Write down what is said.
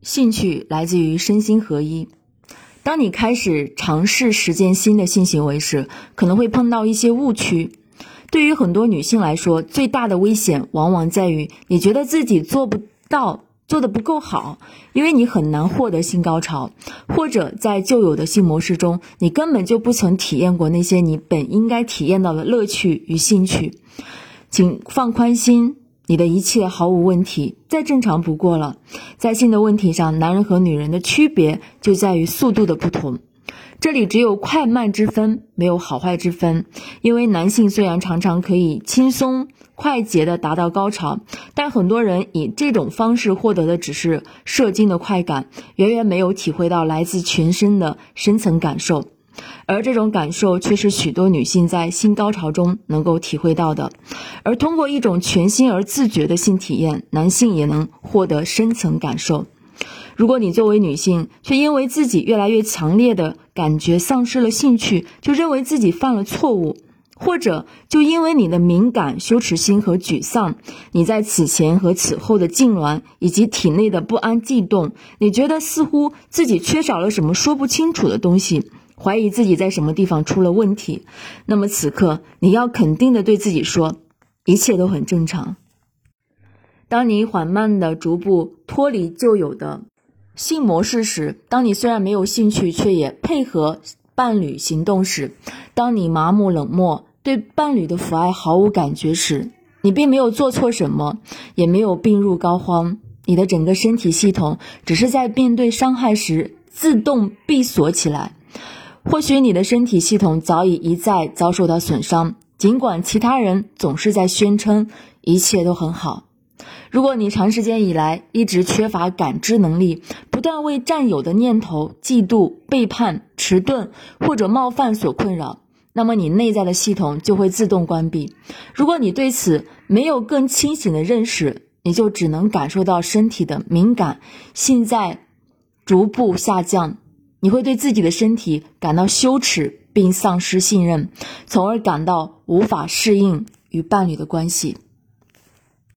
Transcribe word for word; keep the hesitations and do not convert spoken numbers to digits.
兴趣来自于身心合一。当你开始尝试实践新的性行为时，可能会碰到一些误区。对于很多女性来说，最大的危险往往在于你觉得自己做不到，做得不够好，因为你很难获得性高潮，或者在旧有的性模式中，你根本就不曾体验过那些你本应该体验到的乐趣与兴趣。请放宽心，你的一切毫无问题，再正常不过了。在性的问题上，男人和女人的区别就在于速度的不同。这里只有快慢之分，没有好坏之分。因为男性虽然常常可以轻松快捷地达到高潮，但很多人以这种方式获得的只是射精的快感，远远没有体会到来自全身的深层感受。而这种感受却是许多女性在性高潮中能够体会到的。而通过一种全新而自觉的性体验，男性也能获得深层感受。如果你作为女性，却因为自己越来越强烈的感觉丧失了兴趣，就认为自己犯了错误，或者就因为你的敏感、羞耻心和沮丧，你在此前和此后的痉挛以及体内的不安悸动，你觉得似乎自己缺少了什么说不清楚的东西，怀疑自己在什么地方出了问题，那么此刻你要肯定地对自己说，一切都很正常。当你缓慢地逐步脱离旧有的性模式时，当你虽然没有兴趣却也配合伴侣行动时，当你麻木冷漠，对伴侣的抚爱毫无感觉时，你并没有做错什么，也没有病入膏肓，你的整个身体系统只是在面对伤害时自动闭锁起来。或许你的身体系统早已一再遭受到损伤，尽管其他人总是在宣称一切都很好。如果你长时间以来一直缺乏感知能力，不断为占有的念头、嫉妒、背叛、迟钝或者冒犯所困扰，那么你内在的系统就会自动关闭。如果你对此没有更清醒的认识，你就只能感受到身体的敏感性在逐步下降，你会对自己的身体感到羞耻并丧失信任，从而感到无法适应与伴侣的关系。